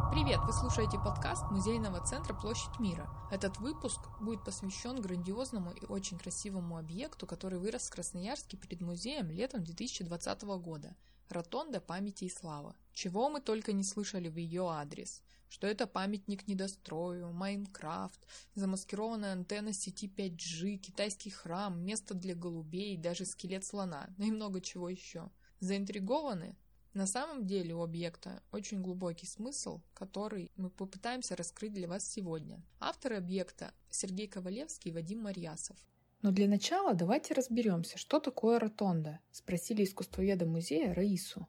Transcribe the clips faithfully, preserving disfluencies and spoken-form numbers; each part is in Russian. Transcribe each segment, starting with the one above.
Привет! Вы слушаете подкаст Музейного центра «Площадь мира». Этот выпуск будет посвящен грандиозному и очень красивому объекту, который вырос в Красноярске перед музеем летом две тысячи двадцатого года – Ротонда памяти и славы. Чего мы только не слышали в ее адрес. Что это памятник недострою, Майнкрафт, замаскированная антенна сети пять джи, китайский храм, место для голубей, даже скелет слона, ну и много чего еще. Заинтригованы? На самом деле у объекта очень глубокий смысл, который мы попытаемся раскрыть для вас сегодня. Авторы объекта – Сергей Ковалевский и Вадим Марьясов. Но для начала давайте разберемся, что такое ротонда, спросили искусствоведа музея Раису.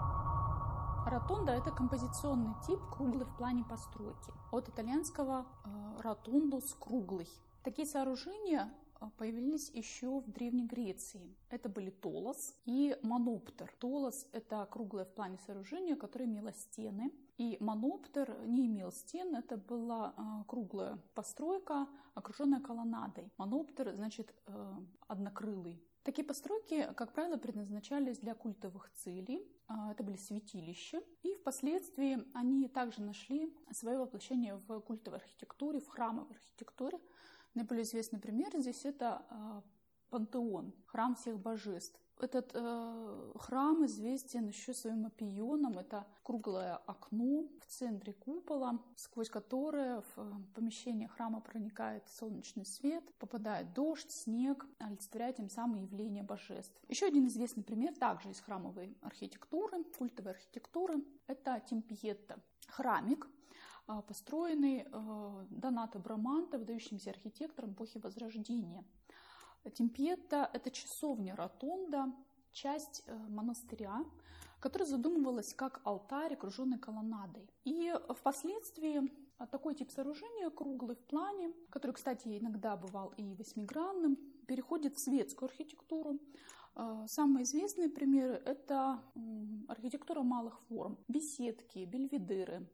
Ротонда – это композиционный тип круглый в плане постройки. От итальянского «ротундус» – круглый. Такие сооружения появились еще в Древней Греции. Это были толос и моноптер. Толос – это круглое в плане сооружение, которое имело стены. И моноптер не имел стен, это была круглая постройка, окруженная колоннадой. Моноптер значит однокрылый. Такие постройки, как правило, предназначались для культовых целей. Это были святилища. И впоследствии они также нашли свое воплощение в культовой архитектуре, в храмовой архитектуре. Наиболее известный пример здесь это э, пантеон, храм всех божеств. Этот э, храм известен еще своим аппионом. Это круглое окно в центре купола, сквозь которое в помещение храма проникает солнечный свет, попадает дождь, снег, олицетворяя тем самым явление божеств. Еще один известный пример, также из храмовой архитектуры, культовой архитектуры, это Темпьетто, храмик, построенный Донато Браманте, выдающимся архитектором эпохи Возрождения. Темпьетто – это часовня-ротонда, часть монастыря, которая задумывалась как алтарь, окруженный колоннадой. И впоследствии такой тип сооружения, круглый в плане, который, кстати, иногда бывал и восьмигранным, переходит в светскую архитектуру. Самые известные примеры – это архитектура малых форм, беседки, бельведеры.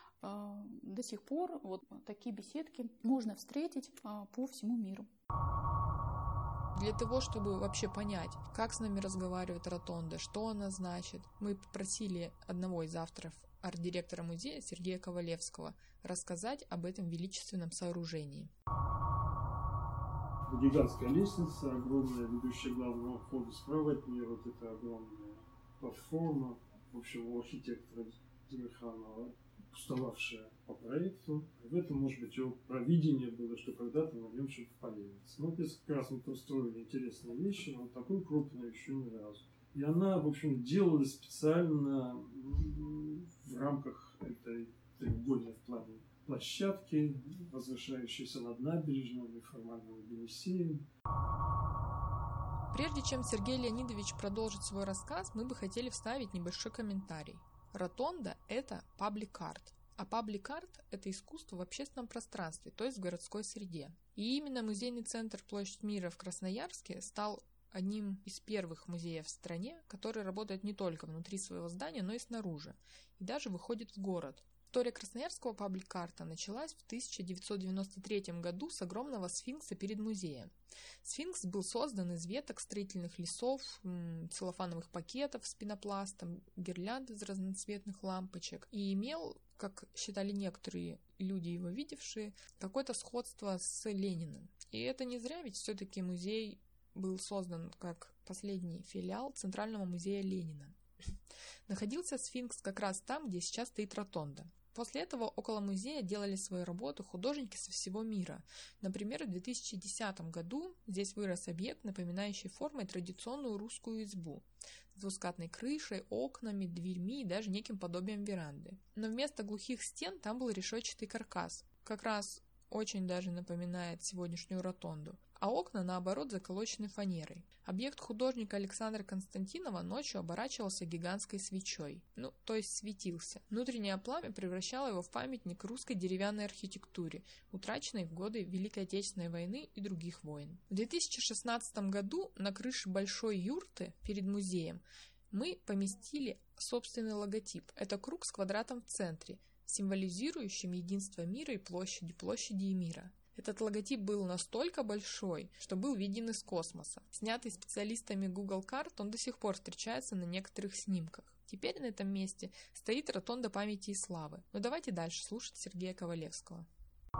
До сих пор вот такие беседки можно встретить по всему миру. Для того, чтобы вообще понять, как с нами разговаривает ротонда, что она значит, мы попросили одного из авторов, арт-директора музея Сергея Ковалевского, рассказать об этом величественном сооружении. Гигантская лестница, огромная, ведущая к главному входу. Справа от нее вот эта огромная платформа, в общем, у архитектора Демирханова, пустовавшая по проекту. В этом, может быть, его провидение было, что когда-то на нем что-то появится. Но здесь как раз мы построили интересные вещи, но такой крупной еще ни разу. И она, в общем, делалась специально в рамках этой треугольной в плане площадки, возвышающейся над набережной, формальным Елисеем. Прежде чем Сергей Леонидович продолжит свой рассказ, мы бы хотели вставить небольшой комментарий. Ротонда – это паблик-арт, а паблик-арт – это искусство в общественном пространстве, то есть в городской среде. И именно музейный центр «Площадь мира» в Красноярске стал одним из первых музеев в стране, который работает не только внутри своего здания, но и снаружи, и даже выходит в город. История красноярского паблик-арта началась в тысяча девятьсот девяносто третьем году с огромного сфинкса перед музеем. Сфинкс был создан из веток строительных лесов, целлофановых пакетов с пенопластом, гирлянд из разноцветных лампочек и имел, как считали некоторые люди, его видевшие, какое-то сходство с Лениным. И это не зря, ведь все-таки музей был создан как последний филиал Центрального музея Ленина. Находился сфинкс как раз там, где сейчас стоит ротонда. После этого около музея делали свою работу художники со всего мира. Например, в две тысячи десятом году здесь вырос объект, напоминающий формой традиционную русскую избу, с двускатной крышей, окнами, дверьми и даже неким подобием веранды. Но вместо глухих стен там был решетчатый каркас, как раз очень даже напоминает сегодняшнюю ротонду, а окна, наоборот, заколочены фанерой. Объект художника Александра Константинова ночью оборачивался гигантской свечой, ну, то есть светился. Внутреннее пламя превращало его в памятник русской деревянной архитектуре, утраченной в годы Великой Отечественной войны и других войн. В две тысячи шестнадцатом году на крыше большой юрты перед музеем мы поместили собственный логотип. Это круг с квадратом в центре, символизирующим единство мира и площади, площади и мира. Этот логотип был настолько большой, что был виден из космоса. Снятый специалистами Google карт, он до сих пор встречается на некоторых снимках. Теперь на этом месте стоит ротонда памяти и славы. Но давайте дальше слушать Сергея Ковалевского.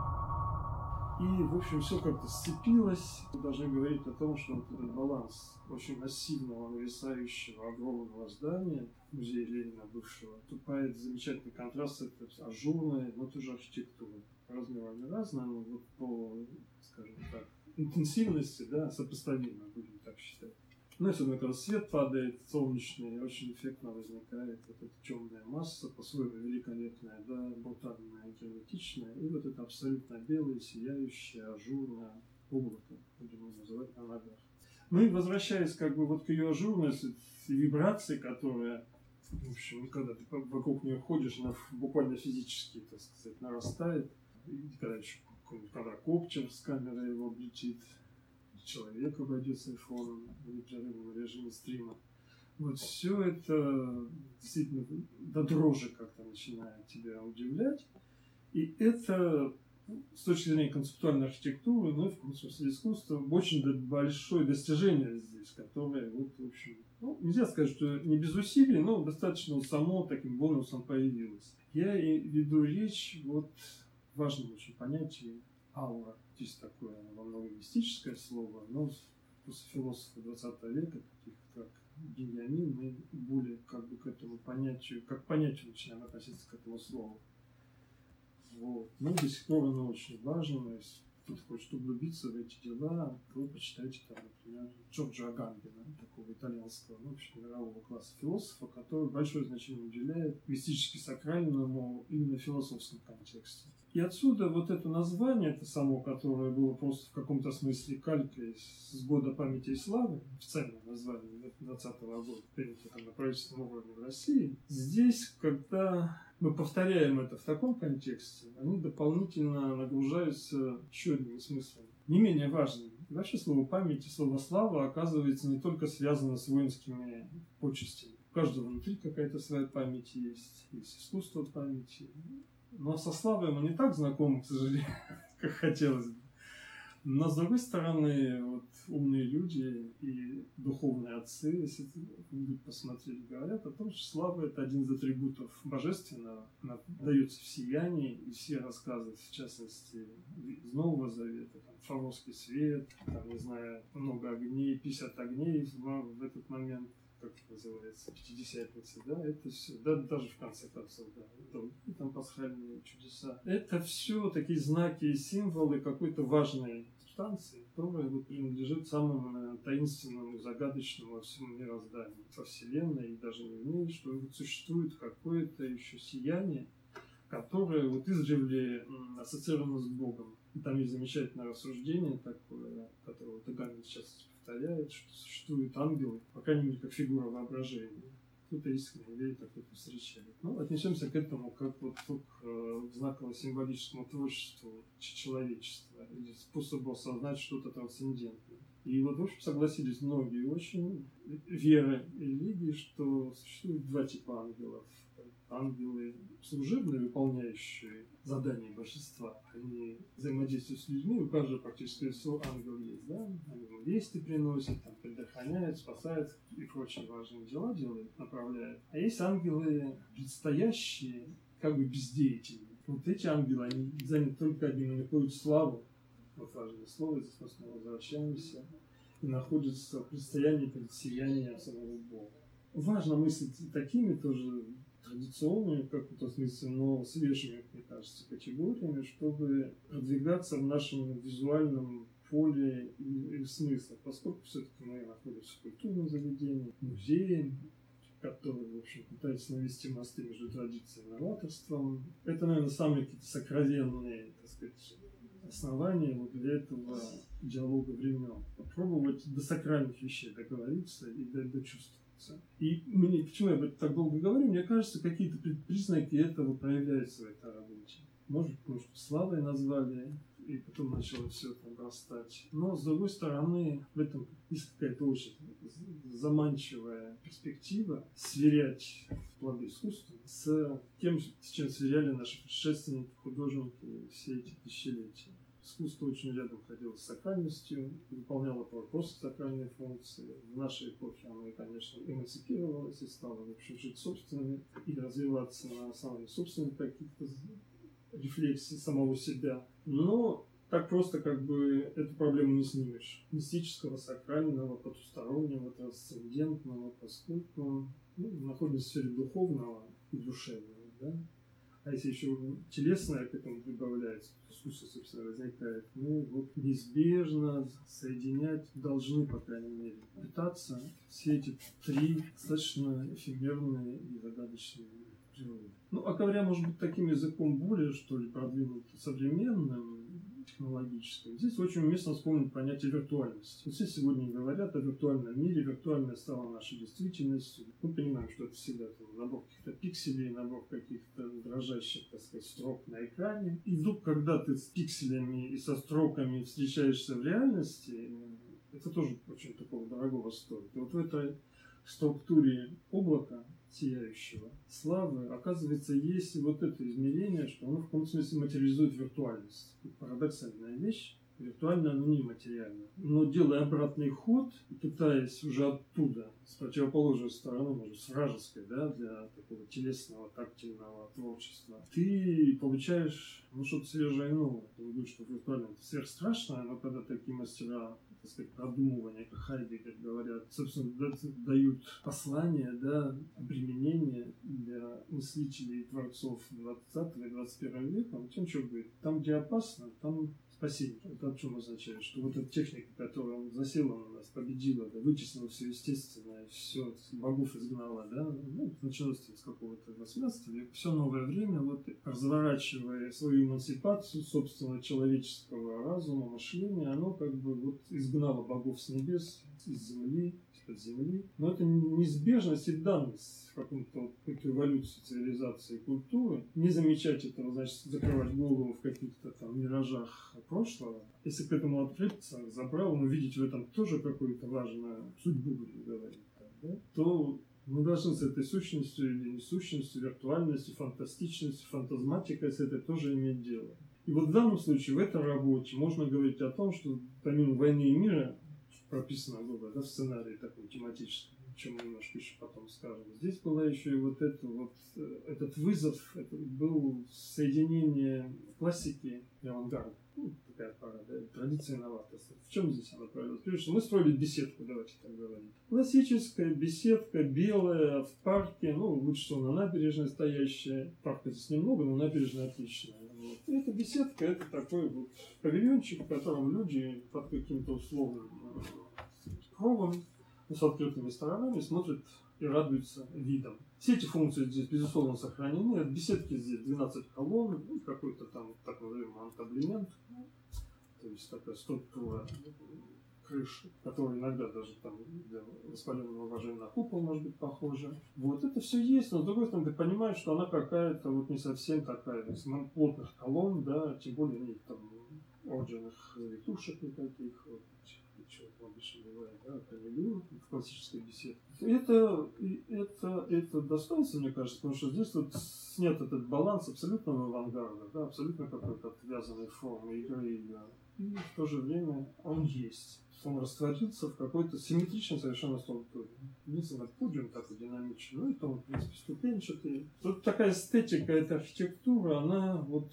И, в общем, все как-то сцепилось. Мы должны говорить о том, что вот этот баланс очень массивного, нависающего, огромного здания, музея Ленина бывшего, вступает замечательный контраст с этой ажурной, но тоже архитектурой. Размерами разные, но вот по, скажем так, интенсивности, да, сопоставимо, будем так считать. Ну, если, когда свет падает, солнечный, очень эффектно возникает вот эта темная масса, по-своему великолепная, да, брутальная, герметичная, и вот это абсолютно белое, сияющее, ажурное облако, будем его называть на ногах. Ну и возвращаясь как бы вот к ее ажурности и вибрации, которая, в общем, когда ты вокруг нее ходишь, она буквально физически, так сказать, нарастает, и когда еще какой-нибудь квадрокоптер с камерой его облетит, человек обойдет с айфоном в непрерывном режиме стрима. Вот все это действительно до дрожи как-то начинает тебя удивлять. И это с точки зрения концептуальной архитектуры, ну, в смысле искусства, очень большое достижение здесь, которое, вот, в общем, ну, нельзя сказать, что не без усилий, но достаточно само таким бонусом появилось. Я и веду речь вот в важном очень понятии аура. Здесь такое во многом мистическое слово, но после философов двадцатого века, таких как Беньямин, мы более как бы к этому понятию, как к понятию начинаем относиться к этому слову. Вот. Ну, до сих пор оно очень важно. Если кто-то хочет углубиться в эти дела, то почитайте там, например, Джорджо Агамбина, такого итальянского, ну, в общем, мирового класса философа, который большое значение уделяет мистически-сакральному именно философском контексте. И отсюда вот это название, это само, которое было просто в каком-то смысле калькой с года памяти и славы, официальное название двадцатого года, принято там на правительственном уровне в России. Здесь, когда мы повторяем это в таком контексте, они дополнительно нагружаются еще одним смыслом, не менее важным. И вообще слово память и слово слава оказывается не только связано с воинскими почестями. У каждого внутри какая-то своя память есть, есть искусство памяти. Но со славой мы не так знакомы, к сожалению, как хотелось бы. Но, с другой стороны, вот умные люди и духовные отцы, если посмотреть, говорят о том, что слава – это один из атрибутов божественного. Она дается в сиянии, и все рассказы, в частности, из Нового Завета, там, фаворский свет, там, не знаю, много огней, пятьдесят огней в, в этот момент, как это называется, пятидесятницы, да, это все, да, даже в конце концов, да, это, и там пасхальные чудеса. Это все такие знаки и символы какой-то важной субстанции, которая вот принадлежит самому таинственному, загадочному во всем мироздании, во Вселенной, и даже не в ней, что вот существует какое-то еще сияние, которое вот издревле ассоциировано с Богом. И там есть замечательное рассуждение такое, которое Агамбин сейчас повторяет, что существуют ангелы, по крайней мере, как фигура воображения. Кто-то искренне верит, а кто-то встречает. Ну, отнесемся к этому как вот к э, знаково-символическому творчеству человечества или способу осознать что-то трансцендентное. И вот, в общем, согласились многие очень веры и религии, что существует два типа ангелов. Ангелы служебные, выполняющие задания божества, они взаимодействуют с людьми, у каждого практически свой ангел есть, да? Они ему вести приносят, там, предохраняют, спасают и прочие важные дела делают, направляют. А есть ангелы предстоящие, как бы бездеятельные. Вот эти ангелы, они заняты только одним, они находят славу, вот важное слово, здесь мы снова возвращаемся, и находятся в предстоянии перед сиянием самого Бога. Важно мыслить такими тоже традиционными, как в смысле, но свежими, мне кажется, категориями, чтобы продвигаться в нашем визуальном поле и, и смыслах, поскольку все-таки мы находимся в культурном заведении, музее, который, в общем, пытается навести мосты между традицией и новаторством. Это, наверное, самые какие-то сокровенные, так сказать, основания вот для этого диалога времен. Попробовать до сакральных вещей договориться и дочувствоваться. И мне, почему я об этом так долго говорю, мне кажется, какие-то признаки этого проявляются в этой работе. Может, потому что славой назвали, и потом начало все это обрастать. Но, с другой стороны, в этом есть какая-то очень заманчивая перспектива сверять плоды искусства с тем, с чем сверяли наши предшественники, художники все эти тысячелетия. искусство очень рядом ходило с сакральностью, выполняло просто сакральные функции. В нашей эпохе оно, конечно, эмансипировалось и стало, в общем, жить собственными и развиваться на основе собственных каких-то рефлексий самого себя. Но так просто как бы эту проблему не снимешь. Мистического, сакрального, потустороннего, трансцендентного, поскольку ну, находимся в сфере духовного и душевного, да? А если еще телесное к этому прибавляется, то искусство, собственно, возникает, ну вот неизбежно соединять должны, по крайней мере, пытаться все эти три достаточно эфемерные и загадочные природы. Ну, а говоря, может быть, таким языком более, что ли, продвинутым, современным, технологическим, здесь очень уместно вспомнить понятие виртуальности. Вот все сегодня говорят о виртуальном мире, виртуальное стало нашей действительностью. Мы понимаем, что это всегда там, набор каких-то пикселей, набор каких-то дрожащих, так сказать, строк на экране. И вдруг, когда ты с пикселями и со строками встречаешься в реальности, это тоже очень такого дорогого стоит. И вот в этой структуре облака сияющего славы, оказывается, есть вот это измерение, что оно в каком-то смысле материализует виртуальность. Это парадоксальная вещь. Виртуально оно не материально. Но делая обратный ход, пытаясь уже оттуда, с противоположной стороны, может, с вражеской, да, для такого телесного, тактильного творчества, ты получаешь ну, что-то свежее и новое. Ты не говоришь, что виртуально это сверхстрашное, но когда такие мастера, так сказать, продумывания, как Хайдеггер говорят, собственно, дают послания, да, обременения для мыслителей и творцов двадцатого и двадцать первого века, он тем, что говорит, там, где опасно, там спасение. Это о чем означает? Что вот эта техника, которая засела на нас, победила, да, вытеснила все естественное, все богов изгнала, да, ну, началось с какого-то восемнадцатого века, все новое время, вот разворачивая свою эмансипацию собственного человеческого разума, мышления, оно как бы вот изгнало богов с небес, из земли, из-под земли. Но это неизбежность и данность в каком-то какой-то эволюции цивилизации и культуры. Не замечать этого, значит, закрывать голову в каких-то там миражах прошлого. Если к этому открыться, забрал, увидеть в этом тоже какую-то важную судьбу, будем говорить, так, да, то мы должны с этой сущностью или несущностью, виртуальностью, фантастичностью, фантазматикой с этой тоже иметь дело. И вот в данном случае, в этой работе можно говорить о том, что помимо «Войны и мира», прописано было, да, в сценарии таком тематическом, о чем мы немножко еще потом скажем. Здесь была еще и вот, это, вот этот вызов, это был соединение классики и авангарда. Ну, такая пара, да, традиция и новаторство. В чем здесь она проявилась? Прежде всего, мы строили беседку, давайте так говорить. Классическая беседка, белая, в парке, ну, лучше всего на набережной стоящая. Парка здесь немного, но набережная отличная. Вот. И эта беседка, это такой вот павильончик, в котором люди под каким-то условным кровом, с открытыми сторонами смотрят и радуются видом. Все эти функции здесь, безусловно, сохранены. От беседки здесь двенадцать колонн, ну, какой-то там, так называемый антаблемент, то есть такая структура крыши, которая иногда даже там для воспаленного вожжения на купол может быть похожа. Вот это все есть, но с другой стороны ты понимаешь, что она какая-то вот не совсем такая, то есть плотных колонн, да, тем более нет там орденных завитушек никаких, вот, чего обычно бывает, да, в классической беседе. Это, это, это достоинство, мне кажется, потому что здесь вот снят этот баланс абсолютного авангарда, да, абсолютно какой-то отвязанной формы игры, и в то же время он есть. Он растворился в какой-то симметричной совершенно структуре. Единственное, подиум такой динамичный, ну, это он, в принципе, ступенчатый. Тут такая эстетика, эта архитектура, она вот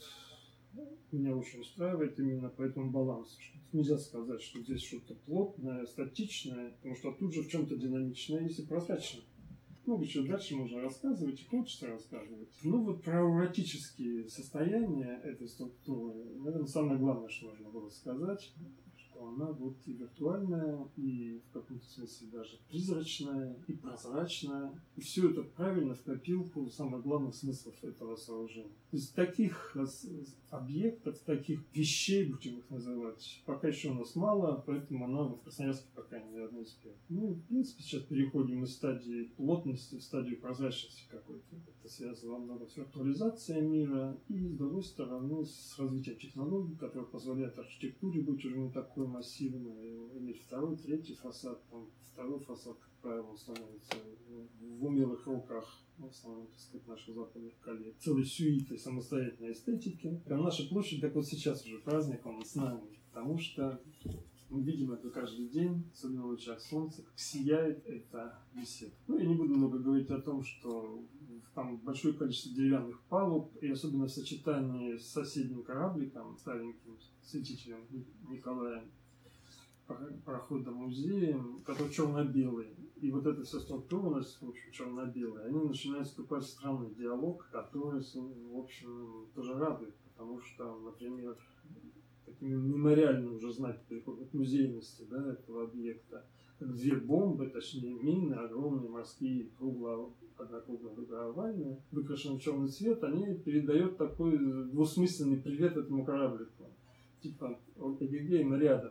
меня очень устраивает именно по этому балансу. Нельзя сказать, что здесь что-то плотное, статичное, потому что тут же в чем-то динамичное есть и прозрачное. Много чего дальше можно рассказывать и хочется рассказывать. Ну вот про ауротические состояния этой структуры, наверное, самое главное, что можно было сказать, что она вот и виртуальная, и в каком-то смысле даже призрачная, и прозрачная. И все это правильно в копилку самых главных смыслов этого сооружения. То есть таких объектов, таких вещей, будем их называть, пока еще у нас мало, поэтому она в Красноярске пока не одна из первых. Ну, в принципе, сейчас переходим из стадии плотности в стадию прозрачности какой-то. Это связано во многом с виртуализацией мира и, с другой стороны, с развитием технологий, которые позволяют архитектуре быть уже не такой такой массивный, иметь второй, третий фасад, там второй фасад, как правило, становится в умелых руках, в основном, так сказать, наших западных коллег, целой сюитой самостоятельной эстетики. А наша площадь, так вот сейчас уже праздник, он с нами, потому что мы видим это каждый день, особенно в лучах солнца, как сияет эта беседа. Ну, я не буду много говорить о том, что там большое количество деревянных палуб, и особенно в сочетании с соседним корабликом, стареньким святителем Николаем, пароходом музеем, который черно-белый. И вот эта вся структура у нас, в общем, черно-белая. Они начинают вступать в странный диалог, который, в общем, тоже радует, потому что, например, такими мемориально уже знать переход к музейности, да, этого объекта, как две бомбы, точнее мины, огромные морские, кругло, одна круглая, другая овальная, выкрашенные в черный цвет, они передают такой двусмысленный привет этому кораблику. Типа, эгегей, мы рядом.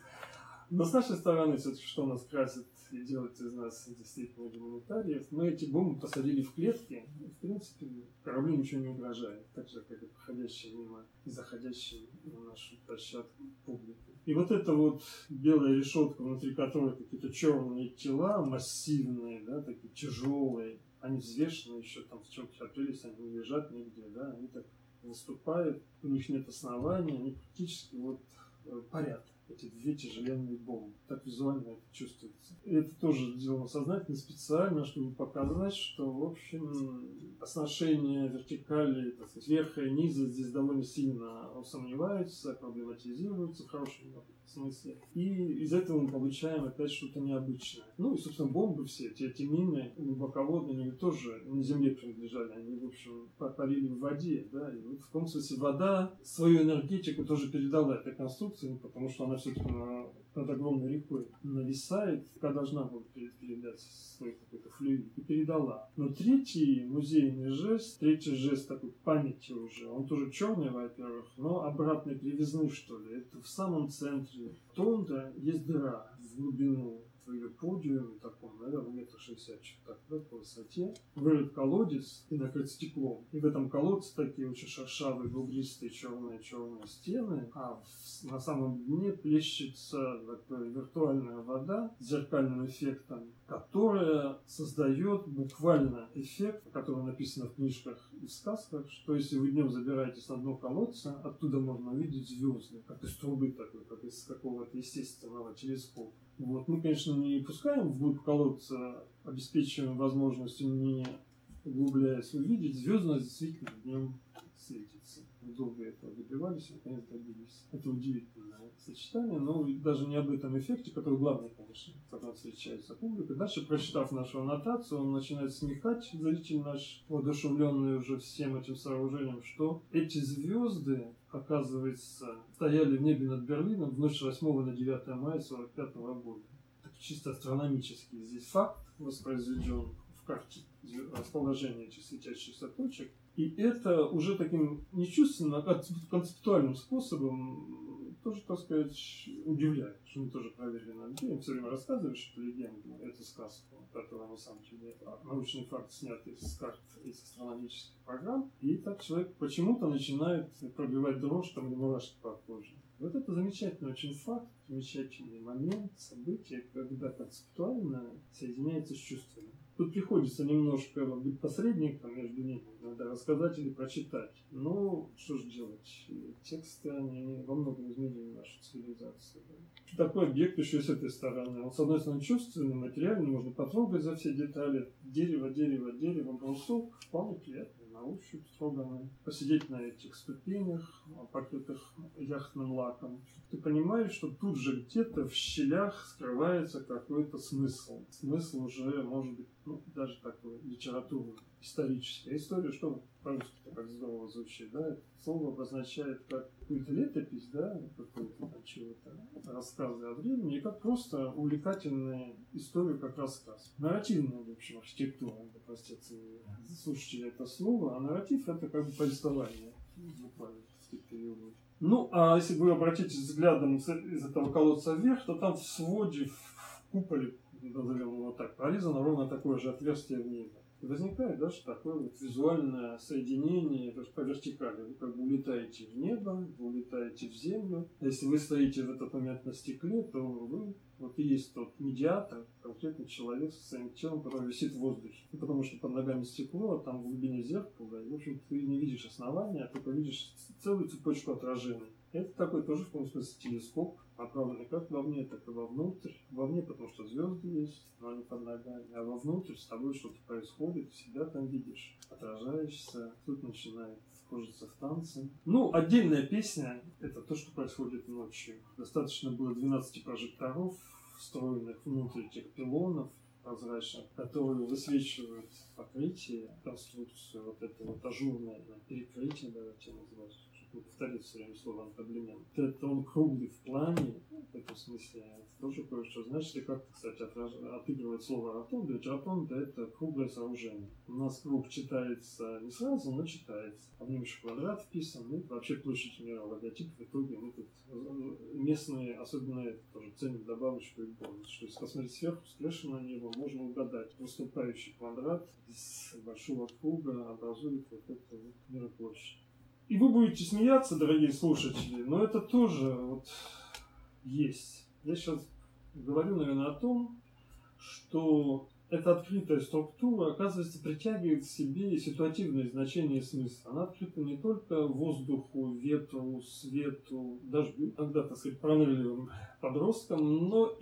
Но с нашей стороны, все-таки, что нас красит и делает из нас действительно гуманитариев, мы эти бомбы посадили в клетки, и, в принципе, кораблю ничего не угрожает, так же, как и проходящие мимо и заходящие на нашу площадку публику. И вот эта вот белая решетка, внутри которой какие-то черные тела, массивные, да, такие тяжелые, они взвешены еще там в чем-то отрылись, они не лежат нигде, да, они так выступают, у них нет основания, они практически вот парят. Эти две тяжеленные бомбы. Так визуально это чувствуется. И это тоже сделано сознательно, специально, чтобы показать, что, в общем, оснащение вертикали, так сказать, верха и низа здесь довольно сильно сомневаются, проблематизируются в хорошем смысле. И из этого мы получаем опять что-то необычное. Ну и, собственно, бомбы все, эти, эти мины глубоководные, они тоже не земле принадлежали, они, в общем, парили в воде, да, и вот в каком смысле вода свою энергетику тоже передала этой конструкции, потому что она все-таки на, над огромной рекой нависает, когда должна была передать свой какой-то флюид, и передала. Но третий музейный жест, третий жест такой памяти уже, он тоже черный, во-первых, но обратный, привязной, что ли. Это в самом центре тонда есть дыра в глубину. В ее подиуме, таком, наверное, метр шестьдесят, что-то так, да, по высоте, вырыт колодец и накрыт стеклом. И в этом колодце такие очень шершавые, бугристые, черные-черные стены, а в, на самом дне плещется такая виртуальная вода с зеркальным эффектом, которая создает буквально эффект, который написано в книжках и в сказках, что если вы днем забираетесь на дно колодца, оттуда можно увидеть звезды, как из трубы такой, как из какого-то естественного телескопа. Вот. Мы, конечно, не пускаем вглубь колодца, обеспечиваем возможностью, не углубляясь, увидеть. Звездность действительно днем светится. Долго этого добивались, наконец добились. Это удивительное сочетание, но даже не об этом эффекте, который главный, конечно, когда встречается публика. Дальше, прочитав нашу аннотацию, он начинает смекать, зритель наш, воодушевленный уже всем этим сооружением, что эти звезды, оказывается, стояли в небе над Берлином в ночь с восьмого на девятое мая сорок пятого года. Так чисто астрономический здесь факт воспроизведен в карте расположения этих светящихся точек. И это уже таким не чувственным, а концептуальным способом тоже, так сказать, удивляет, что мы тоже проверили на людей. Им все время рассказывали, что это легенда, это сказка, которая на самом деле научный факт снят из карт, из астрономических программ. И так человек почему-то начинает пробивать дрожь там, или мурашки по коже. Вот это замечательный очень факт, замечательный момент, событие, когда концептуально соединяется с чувственным. Тут приходится немножко быть посредником между ними, надо рассказать или прочитать. Но что же делать? Тексты, они во многом изменили нашу цивилизацию. Такой объект еще с этой стороны. Он, с одной стороны, чувственный, материальный, можно потрогать за все детали. Дерево, дерево, дерево, брусок, вполне приятный на ощупь, строганный. Посидеть на этих ступенях, покрытых яхтным лаком. Ты понимаешь, что тут же где-то в щелях скрывается какой-то смысл. Смысл уже, может быть, ну, даже такой литературный, исторический. История, что по-русски как здорово звучит, да? Это слово обозначает как какую-то летопись, да, какую-то там чего-то, рассказы о времени, и как просто увлекательную историю, как рассказ. Нарративная, в общем, архитектура, это, простите, слушайте это слово, а нарратив — это как бы повествование, буквально, перевод. Ну, а если вы обратитесь взглядом из этого колодца вверх, то там в своде, в куполе, назовем его так, прорезано ровно такое же отверстие внизу. И возникает, да, что такое вот визуальное соединение, то есть по вертикали. Вы как бы улетаете в небо, вы улетаете в землю. Если вы стоите в этот момент на стекле, то вы вот и есть тот медиатор, конкретный человек со своим телом, который висит в воздухе. Ну, потому что под ногами стекло, а там в глубине зеркала, и, в общем, ты не видишь основания, а только видишь целую цепочку отражений. Это такой тоже, в каком смысле, телескоп, направленный как вовне, так и вовнутрь. Вовне, потому что звезды есть, но они под ногами. А вовнутрь с тобой что-то происходит, себя там видишь, отражаешься, тут начинает кружиться в танце. Ну, отдельная песня — это то, что происходит ночью. Достаточно было двенадцати прожекторов, встроенных внутрь этих пилонов прозрачных, которые высвечивают покрытие, конструкцию, вот это вот ажурное перекрытие, давайте называть. Повторить все время слово антаблемент. Это он круглый в плане, в этом смысле это тоже кое-что значит. И как-то, кстати, отраж... отыгрывает слово ротонда. Ведь ротонда — это круглое сооружение. У нас круг читается не сразу, но читается. А в нем еще квадрат вписан, ну, это вообще площадь мира, логотип. В итоге мы тут местные, особенно это тоже ценят добавочку и бонус. Что если посмотреть сверху, с крыши на него, можно угадать. Выступающий квадрат из большого круга образует вот эту вот мироплощадь. И вы будете смеяться, дорогие слушатели, но это тоже вот есть. Я сейчас говорю, наверное, о том, что эта открытая структура, оказывается, притягивает к себе ситуативное значение и смысл. Она открыта не только воздуху, ветру, свету, дождю, когда, так сказать, пронырливым подросткам, но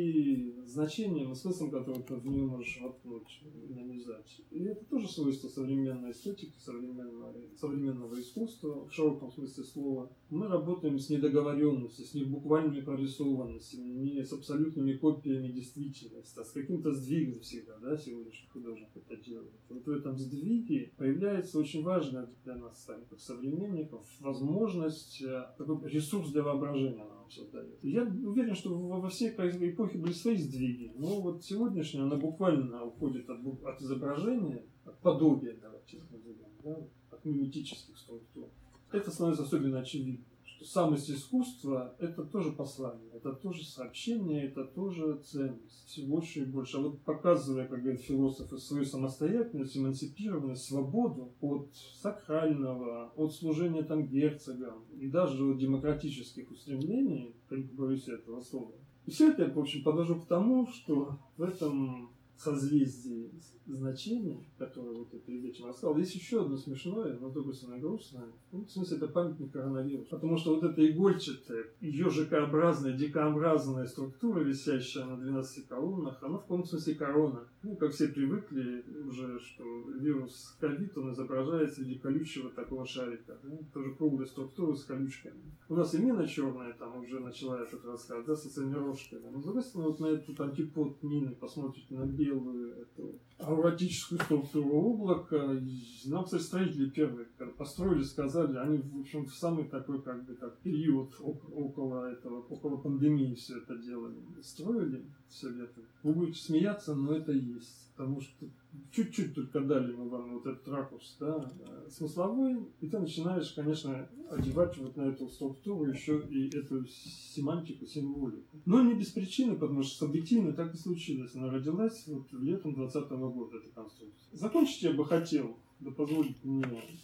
и значением и смыслом, который ты в нее можешь воткнуть, нанизать. И это тоже свойство современной эстетики, современного, современного искусства, в широком смысле слова. Мы работаем с недоговоренностью, с небуквальными прорисованностями, не с абсолютными копиями действительности, а с каким-то сдвигом всегда. Да, сегодняшний художник это делает. Вот в этом сдвиге появляется очень важная для нас, как современников, возможность, такой ресурс для воображения она нам создает. Я уверен, что во всей эпохе были свои сдвиги, но вот сегодняшняя она буквально уходит от, от изображения, от подобия, давайте назовем, да, от миметических структур. Это становится особенно очевидно. Самость искусства — это тоже послание, это тоже сообщение, это тоже ценность. Все больше и больше. А вот показывая, как говорят философы, свою самостоятельность, эмансипированность, свободу от сакрального, от служения там герцогам и даже от демократических устремлений, как боюсь этого слова. И все это, в общем, подвожу к тому, что в этом созвездии значений, которое вот я перед этим рассказал, есть еще одно смешное, но с другой стороны грустное. Ну, в смысле, это памятник коронавирусу. Потому что вот эта игольчатая, ежикообразная, дикообразная структура, висящая на двенадцати колоннах, она в каком смысле корона. Ну, как все привыкли уже, что вирус ковид, он изображается в виде колючего такого шарика. Да? Тоже круглая структура с колючками. У нас и мина черная там уже начала этот рассказ, да, с этими рожками. Но, с другой стороны, вот на этот антипод мины посмотрите на белую эту ауратическую структуру облака. Нам, кстати, строители первые, когда построили, сказали, они, в общем, в самый такой, как бы, как период около этого, около пандемии все это делали. Строили все лето. Вы будете смеяться, но это есть. Потому что чуть-чуть только дали мы вам вот этот ракурс, да, смысловой, и ты начинаешь, конечно, одевать вот на эту структуру еще и эту семантику, символику. Но не без причины, потому что объективно так и случилось. Она родилась вот летом двадцатого года, эта конструкция. Закончить я бы хотел, да позволить мне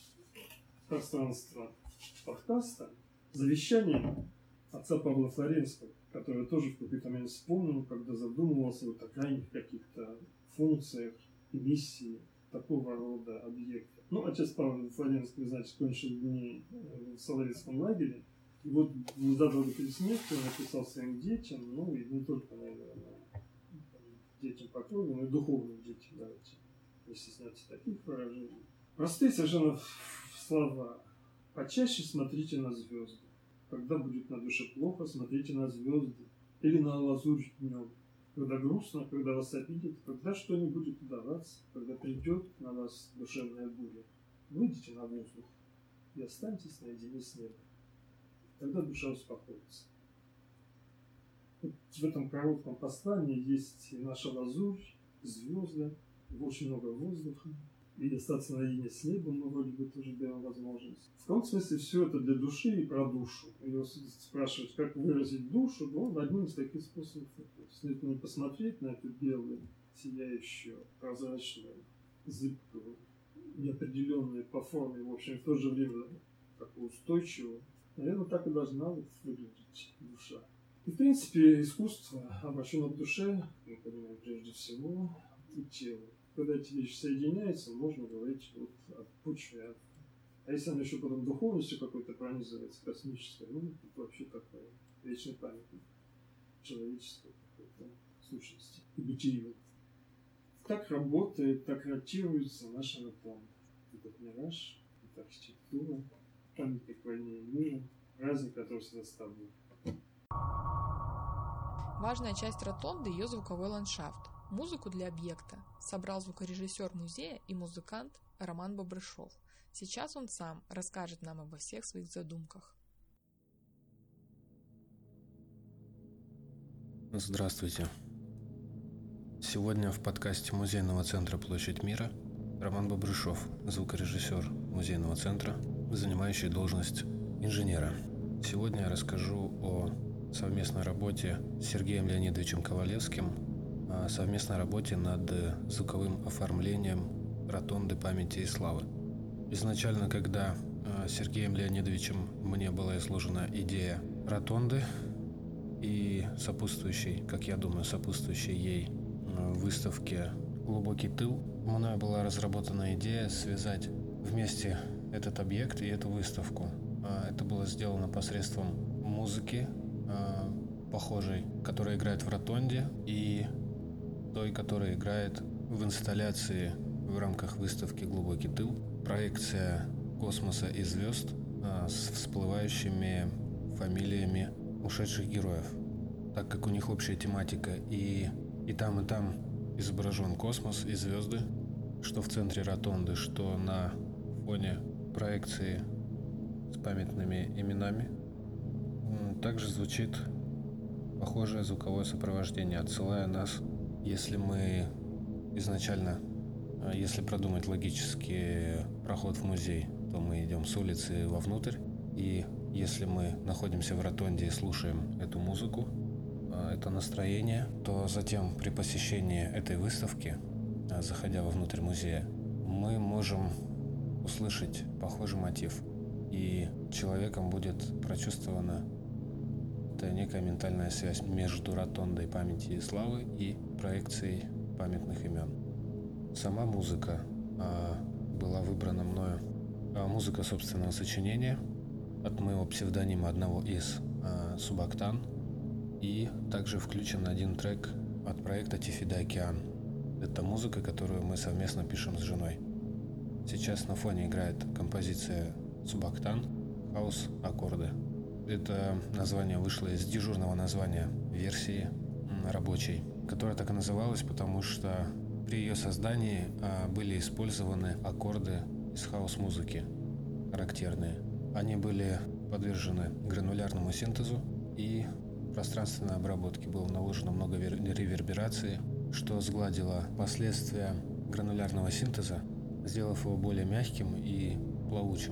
пространство подкаста, завещанием отца Павла Флоренского, который тоже в какой-то момент вспомнил, когда задумывался вот о крайних каких-то функциях и миссии такого рода объекта. Ну, отец Павел Флоренский, вы знаете, кончил дни в Соловецком лагере. И вот незадолго перед смертью он написал своим детям, ну и не только, наверное, детям по крови, но и духовным детям, давайте не стесняться таких выражений. Простые совершенно слова. Почаще смотрите на звезды. Когда будет на душе плохо, смотрите на звезды или на лазурь днем. Когда грустно, когда вас обидят, когда что не будет удаваться, когда придет на вас душевная буря, выйдите на воздух и останьтесь наедине с небом. Тогда душа успокоится. Вот в этом коротком послании есть и наша лазурь, звезды, очень много воздуха. И остаться наедине с небом мы вроде бы тоже даем возможность. В каком смысле все это для души и про душу. Ее спрашивают, как выразить душу, но одним из таких способов. Если не посмотреть на эту белую, сияющую, прозрачную зыбкую, неопределенную по форме, в общем, в то же время такую устойчивую. Наверное, так и должна вот выглядеть душа. И, в принципе, искусство обращено к душе, мы понимаем, прежде всего, и телу. Когда эти вещи соединяются, можно говорить вот о почве. А если она еще потом духовностью какой-то пронизывается, космической, ну, это вообще такой вечный памятник человеческой какой-то сущности и бытию. Так работает, так ротируется наша ротонда. Этот мираж, эта архитектура, памятник войне и мира, праздник, который всегда с тобой. Важная часть ротонды – ее звуковой ландшафт. Музыку для объекта собрал звукорежиссер музея и музыкант Роман Бобрышов. Сейчас он сам расскажет нам обо всех своих задумках. Здравствуйте. Сегодня в подкасте Музейного центра «Площадь мира» Роман Бобрышов, звукорежиссер Музейного центра, занимающий должность инженера. Сегодня я расскажу о совместной работе с Сергеем Леонидовичем Ковалевским, о совместной работе над звуковым оформлением ротонды памяти и славы. Изначально, когда Сергеем Леонидовичем мне была изложена идея ротонды и сопутствующей, как я думаю, сопутствующей ей выставке «Глубокий тыл», мною была разработана идея связать вместе этот объект и эту выставку. Это было сделано посредством музыки, похожей, которая играет в ротонде, и той, которая играет в инсталляции в рамках выставки «Глубокий тыл». Проекция космоса и звезд с всплывающими фамилиями ушедших героев. Так как у них общая тематика, и, и там, и там изображен космос и звезды, что в центре ротонды, что на фоне проекции с памятными именами. Также звучит похожее звуковое сопровождение, отсылая нас, если мы изначально, если продумать логически проход в музей, то мы идем с улицы вовнутрь, и если мы находимся в ротонде и слушаем эту музыку, это настроение, то затем при посещении этой выставки, заходя вовнутрь музея, мы можем услышать похожий мотив, и человеком будет прочувствована это некая ментальная связь между ротондой памяти и славы и проекцией памятных имен. Сама музыка а, была выбрана мною, а, музыка собственного сочинения от моего псевдонима одного из а, Субактан, и также включен один трек от проекта Тифида Океан. Это музыка, которую мы совместно пишем с женой. Сейчас на фоне играет композиция Субактан «Хаос аккорды». Это название вышло из дежурного названия версии рабочей, которая так и называлась, потому что при ее создании а, были использованы аккорды из хаос-музыки, характерные. Они были подвержены гранулярному синтезу, и пространственной обработке было наложено много реверберации, что сгладило последствия гранулярного синтеза, сделав его более мягким и плавучим.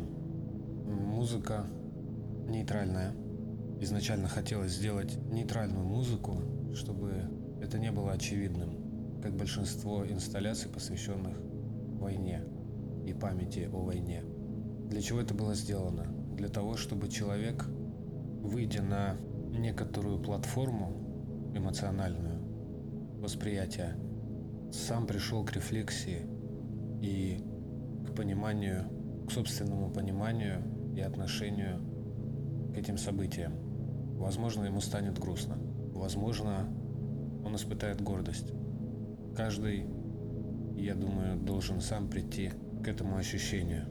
Музыка нейтральная. Изначально хотелось сделать нейтральную музыку, чтобы это не было очевидным, как большинство инсталляций, посвященных войне и памяти о войне. Для чего это было сделано? Для того, чтобы человек, выйдя на некоторую платформу эмоциональную восприятия, сам пришел к рефлексии и к пониманию, к собственному пониманию и отношению к этим событиям. Возможно, ему станет грустно. Возможно, он испытает гордость. Каждый, я думаю, должен сам прийти к этому ощущению.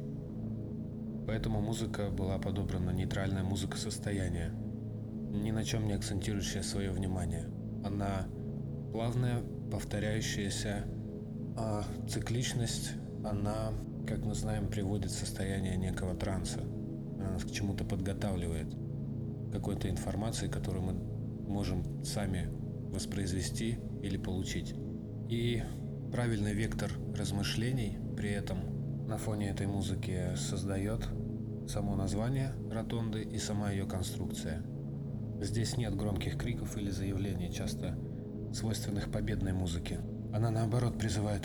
Поэтому музыка была подобрана, нейтральная музыка состояния, ни на чем не акцентирующая свое внимание. Она плавная, повторяющаяся, а цикличность, она, как мы знаем, приводит в состояние некого транса. Она нас к чему-то подготавливает, какой-то информации, которую мы можем сами воспроизвести или получить. И правильный вектор размышлений при этом на фоне этой музыки создает само название ротонды и сама ее конструкция. Здесь нет громких криков или заявлений, часто свойственных победной музыке. Она, наоборот, призывает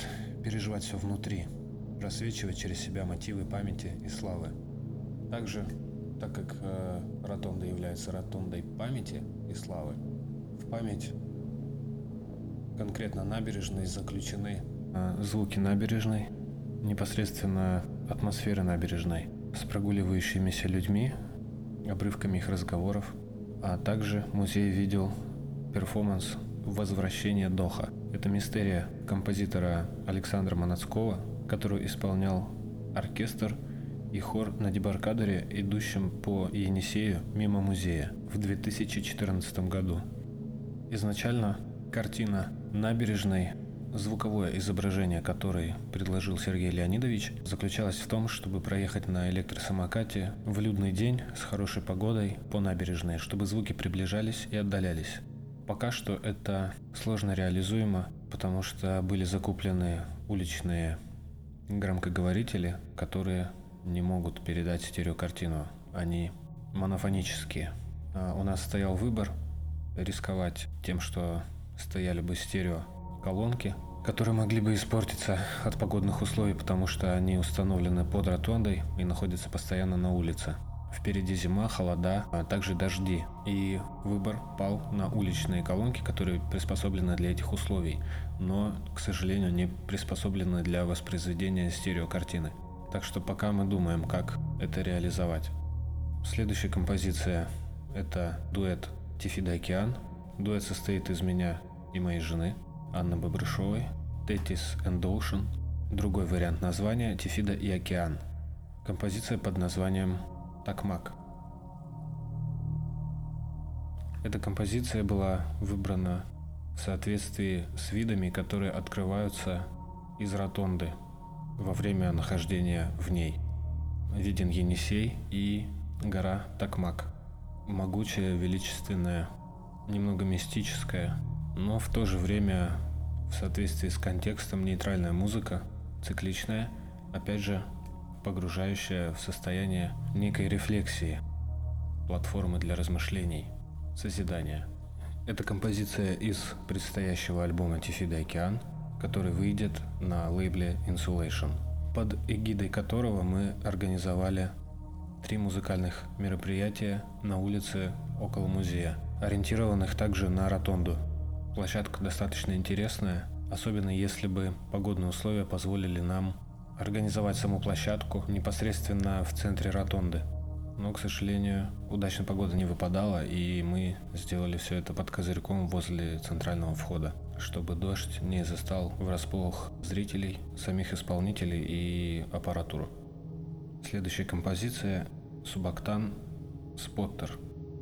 переживать все внутри, просвечивать через себя мотивы памяти и славы. Также, так как э, ротонда является ротондой памяти и славы, в память конкретно набережной заключены э, звуки набережной, непосредственно атмосферы набережной, с прогуливающимися людьми, обрывками их разговоров, а также музей видел перформанс «Возвращение Доха». Это мистерия композитора Александра Манацкого, которую исполнял оркестр и хор на дебаркадере, идущем по Енисею мимо музея в две тысячи четырнадцатом году. Изначально картина набережной, звуковое изображение которой предложил Сергей Леонидович, заключалось в том, чтобы проехать на электросамокате в людный день с хорошей погодой по набережной, чтобы звуки приближались и отдалялись. Пока что это сложно реализуемо, потому что были закуплены уличные громкоговорители, которые не могут передать стереокартину. Они монофонические. А у нас стоял выбор рисковать тем, что стояли бы стереоколонки, которые могли бы испортиться от погодных условий, потому что они установлены под ротондой и находятся постоянно на улице. Впереди зима, холода, а также дожди. И выбор пал на уличные колонки, которые приспособлены для этих условий, но, к сожалению, не приспособлены для воспроизведения стереокартины. Так что пока мы думаем, как это реализовать. Следующая композиция – это дуэт «Тифида Океан». Дуэт состоит из меня и моей жены, Анны Бобрышовой, «Tethys and Ocean». Другой вариант названия – «Тифида и Океан». Композиция под названием «Такмак». Эта композиция была выбрана в соответствии с видами, которые открываются из ротонды во время нахождения в ней. Виден Енисей и гора Такмак. Могучая, величественная, немного мистическая, но в то же время в соответствии с контекстом нейтральная музыка, цикличная, опять же, погружающая в состояние некой рефлексии, платформы для размышлений, созидания. Это композиция из предстоящего альбома «Тифида Океан», который выйдет на лейбле Insulation, под эгидой которого мы организовали три музыкальных мероприятия на улице около музея, ориентированных также на ротонду. Площадка достаточно интересная, особенно если бы погодные условия позволили нам организовать саму площадку непосредственно в центре ротонды. Но, к сожалению, удачная погода не выпадала, и мы сделали все это под козырьком возле центрального входа, чтобы дождь не застал врасплох зрителей, самих исполнителей и аппаратуру. Следующая композиция – Субактан «Споттер».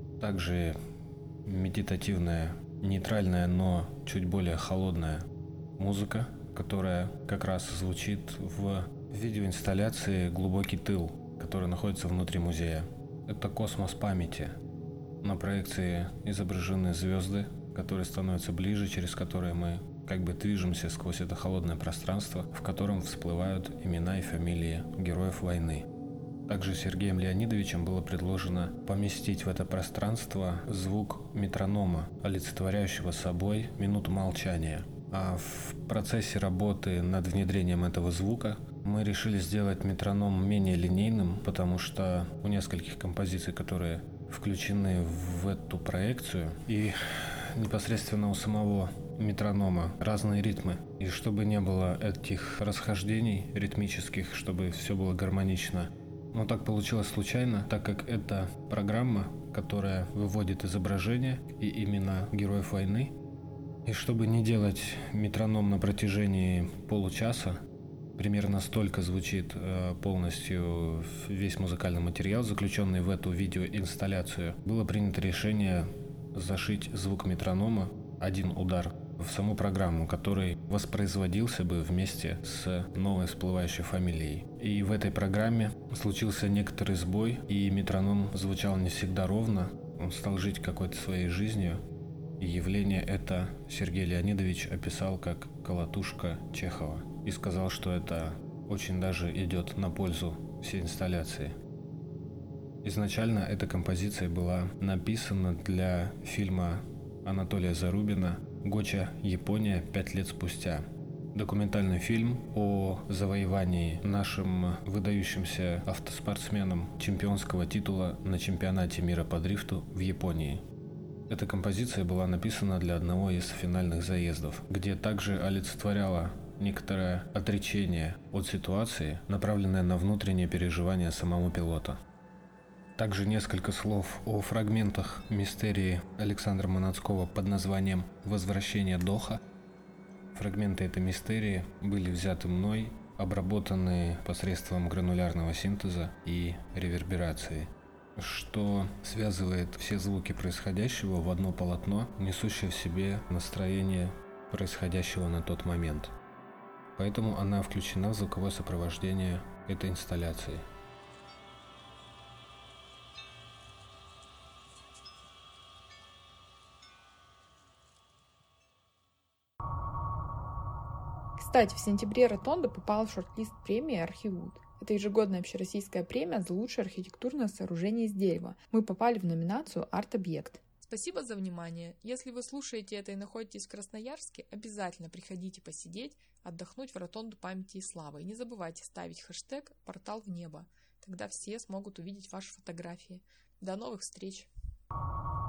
Также медитативная, нейтральная, но чуть более холодная музыка, которая как раз звучит в видеоинсталляции «Глубокий тыл», которая находится внутри музея. Это космос памяти. На проекции изображены звезды, которые становятся ближе, через которые мы как бы движемся сквозь это холодное пространство, в котором всплывают имена и фамилии героев войны. Также Сергеем Леонидовичем было предложено поместить в это пространство звук метронома, олицетворяющего собой минуту молчания. А в процессе работы над внедрением этого звука мы решили сделать метроном менее линейным, потому что у нескольких композиций, которые включены в эту проекцию, и непосредственно у самого метронома разные ритмы. И чтобы не было этих расхождений ритмических, чтобы все было гармонично. Но так получилось случайно, так как это программа, которая выводит изображение и имена героев войны. И чтобы не делать метроном на протяжении получаса, примерно столько звучит э, полностью весь музыкальный материал, заключенный в эту видеоинсталляцию, было принято решение зашить звук метронома, один удар, в саму программу, который воспроизводился бы вместе с новой всплывающей фамилией. И в этой программе случился некоторый сбой, и метроном звучал не всегда ровно, он стал жить какой-то своей жизнью. И явление это Сергей Леонидович описал как «колотушка Чехова» и сказал, что это очень даже идет на пользу всей инсталляции. Изначально эта композиция была написана для фильма Анатолия Зарубина «Гоча. Япония. Пять лет спустя». Документальный фильм о завоевании нашим выдающимся автоспортсменом чемпионского титула на чемпионате мира по дрифту в Японии. Эта композиция была написана для одного из финальных заездов, где также олицетворяла некоторое отречение от ситуации, направленное на внутреннее переживание самого пилота. Также несколько слов о фрагментах мистерии Александра Манацкого под названием «Возвращение Доха». Фрагменты этой мистерии были взяты мной, обработаны посредством гранулярного синтеза и реверберации, что связывает все звуки происходящего в одно полотно, несущее в себе настроение происходящего на тот момент. Поэтому она включена в звуковое сопровождение этой инсталляции. Кстати, в сентябре Ротонда попала в шорт-лист премии «Архивуд». Это ежегодная общероссийская премия за лучшее архитектурное сооружение из дерева. Мы попали в номинацию «Арт-объект». Спасибо за внимание. Если вы слушаете это и находитесь в Красноярске, обязательно приходите посидеть, отдохнуть в Ротонду памяти и славы. И не забывайте ставить хэштег «Портал в небо». Тогда все смогут увидеть ваши фотографии. До новых встреч!